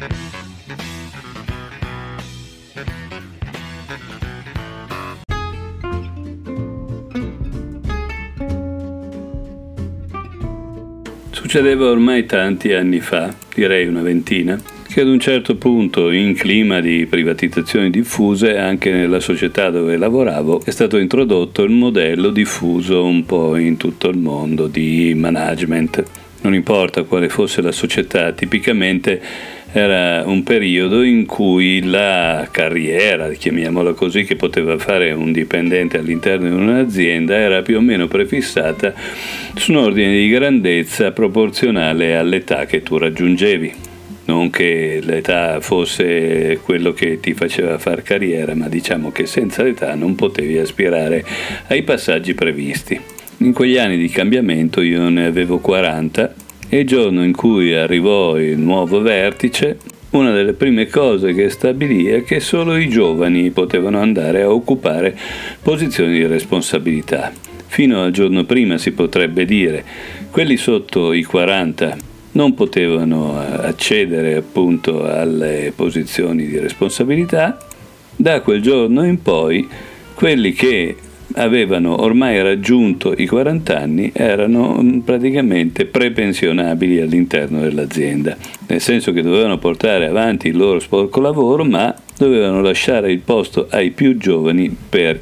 Succedeva ormai tanti anni fa, direi una ventina, che ad un certo punto, in clima di privatizzazioni diffuse, anche nella società dove lavoravo, è stato introdotto il modello diffuso un po' in tutto il mondo di management. Non importa quale fosse la società, tipicamente era un periodo in cui la carriera, chiamiamola così, che poteva fare un dipendente all'interno di un'azienda era più o meno prefissata su un ordine di grandezza proporzionale all'età che tu raggiungevi. Non che l'età fosse quello che ti faceva far carriera, ma diciamo che senza l'età non potevi aspirare ai passaggi previsti. In quegli anni di cambiamento io ne avevo 40 e il giorno in cui arrivò il nuovo vertice, una delle prime cose che stabilì è che solo i giovani potevano andare a occupare posizioni di responsabilità. Fino al giorno prima si potrebbe dire, quelli sotto i 40 non potevano accedere appunto alle posizioni di responsabilità. Da quel giorno in poi quelli che avevano ormai raggiunto i 40 anni erano praticamente prepensionabili all'interno dell'azienda, nel senso che dovevano portare avanti il loro sporco lavoro, ma dovevano lasciare il posto ai più giovani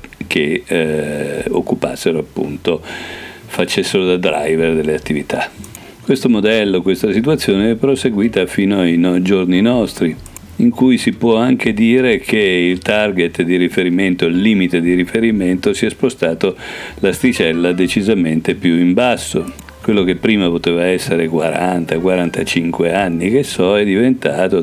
perché occupassero appunto, facessero da driver delle attività. Questo modello, questa situazione è proseguita fino ai giorni nostri, in cui si può anche dire che il target di riferimento, il limite di riferimento si è spostato l'asticella decisamente più in basso. Quello che prima poteva essere 40-45 anni, che so, è diventato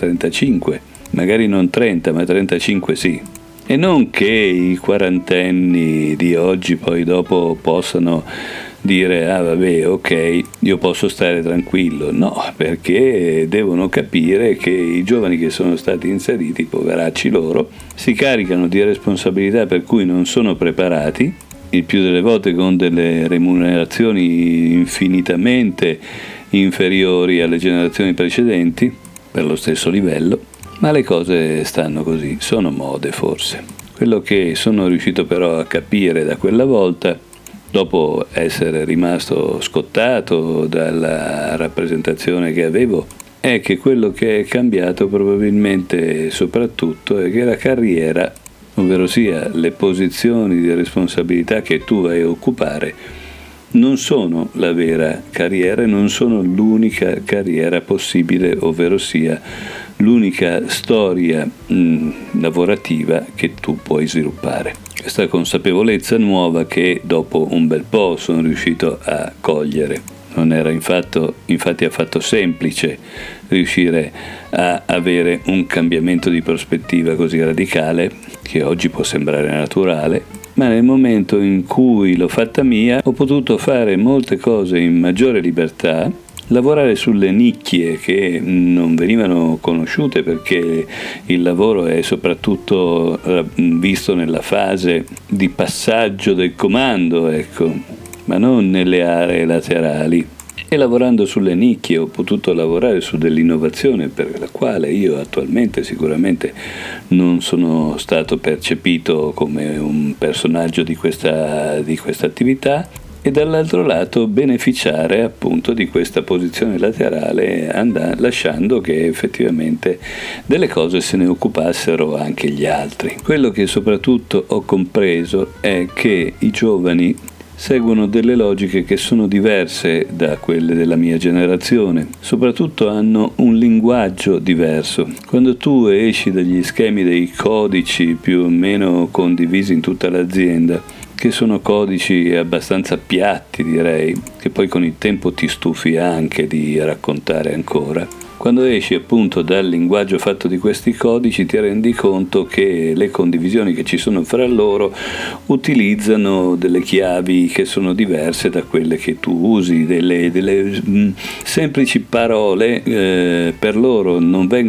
30-35, magari non 30 ma 35 sì. E non che i quarantenni di oggi poi dopo possano dire ah vabbè ok io posso stare tranquillo, no, perché devono capire che i giovani che sono stati inseriti, poveracci loro, si caricano di responsabilità per cui non sono preparati, il più delle volte con delle remunerazioni infinitamente inferiori alle generazioni precedenti per lo stesso livello, ma le cose stanno così, sono mode forse. Quello che sono riuscito però a capire da quella volta, dopo essere rimasto scottato dalla rappresentazione che avevo, è che quello che è cambiato probabilmente soprattutto è che la carriera, ovvero sia le posizioni di responsabilità che tu vai a occupare, non sono la vera carriera e non sono l'unica carriera possibile, ovvero sia l'unica storia lavorativa che tu puoi sviluppare. Questa consapevolezza nuova che dopo un bel po' sono riuscito a cogliere. Non era infatti affatto semplice riuscire a avere un cambiamento di prospettiva così radicale, che oggi può sembrare naturale, ma nel momento in cui l'ho fatta mia ho potuto fare molte cose in maggiore libertà, lavorare sulle nicchie che non venivano conosciute, perché il lavoro è soprattutto visto nella fase di passaggio del comando, ecco, ma non nelle aree laterali. E lavorando sulle nicchie ho potuto lavorare su dell'innovazione per la quale io attualmente sicuramente non sono stato percepito come un personaggio di questa attività, e dall'altro lato beneficiare appunto di questa posizione laterale, lasciando che effettivamente delle cose se ne occupassero anche gli altri. Quello che soprattutto ho compreso è che i giovani seguono delle logiche che sono diverse da quelle della mia generazione, soprattutto hanno un linguaggio diverso. Quando tu esci dagli schemi dei codici più o meno condivisi in tutta l'azienda, che sono codici abbastanza piatti, direi, che poi con il tempo ti stufi anche di raccontare ancora. Quando esci appunto dal linguaggio fatto di questi codici ti rendi conto che le condivisioni che ci sono fra loro utilizzano delle chiavi che sono diverse da quelle che tu usi, delle semplici parole per loro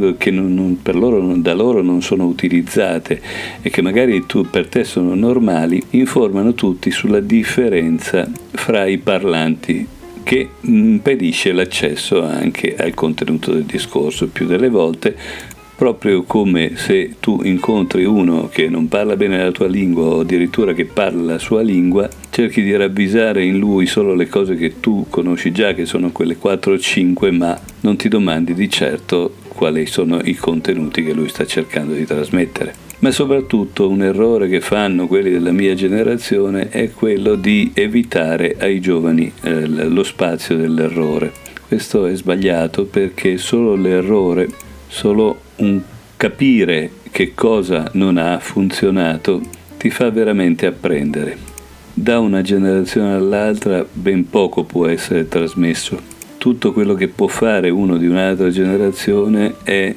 da loro non sono utilizzate e che magari per te sono normali, informano tutti sulla differenza fra i parlanti che impedisce l'accesso anche al contenuto del discorso. Più delle volte, proprio come se tu incontri uno che non parla bene la tua lingua o addirittura che parla la sua lingua, cerchi di ravvisare in lui solo le cose che tu conosci già, che sono quelle 4 o 5, ma non ti domandi di certo quali sono i contenuti che lui sta cercando di trasmettere. Ma soprattutto un errore che fanno quelli della mia generazione è quello di evitare ai giovani lo spazio dell'errore. Questo è sbagliato, perché solo l'errore, solo un capire che cosa non ha funzionato ti fa veramente apprendere. Da una generazione all'altra ben poco può essere trasmesso. Tutto quello che può fare uno di un'altra generazione è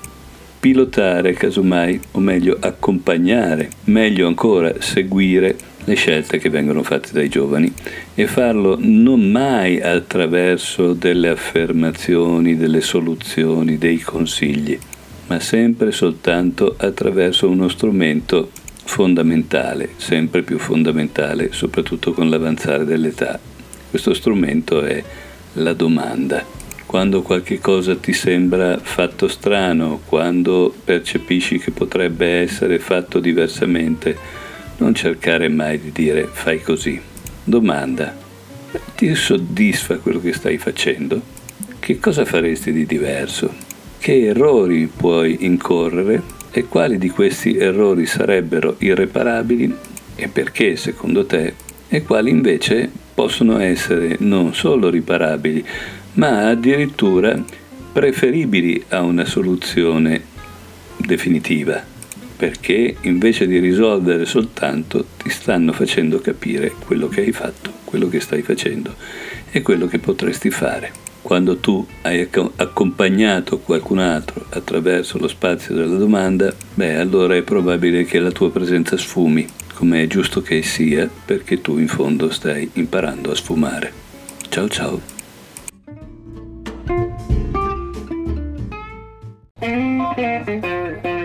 pilotare, casomai, o meglio accompagnare, meglio ancora seguire le scelte che vengono fatte dai giovani, e farlo non mai attraverso delle affermazioni, delle soluzioni, dei consigli, ma sempre soltanto attraverso uno strumento fondamentale, sempre più fondamentale, soprattutto con l'avanzare dell'età. Questo strumento è la domanda. Quando qualche cosa ti sembra fatto strano, quando percepisci che potrebbe essere fatto diversamente, non cercare mai di dire fai così. Domanda: ti soddisfa quello che stai facendo? Che cosa faresti di diverso? Che errori puoi incorrere e quali di questi errori sarebbero irreparabili e perché secondo te, e quali invece possono essere non solo riparabili, ma addirittura preferibili a una soluzione definitiva, perché invece di risolvere soltanto ti stanno facendo capire quello che hai fatto, quello che stai facendo e quello che potresti fare. Quando tu hai accompagnato qualcun altro attraverso lo spazio della domanda, allora è probabile che la tua presenza sfumi, come è giusto che sia, perché tu in fondo stai imparando a sfumare. Ciao ciao. Thank you.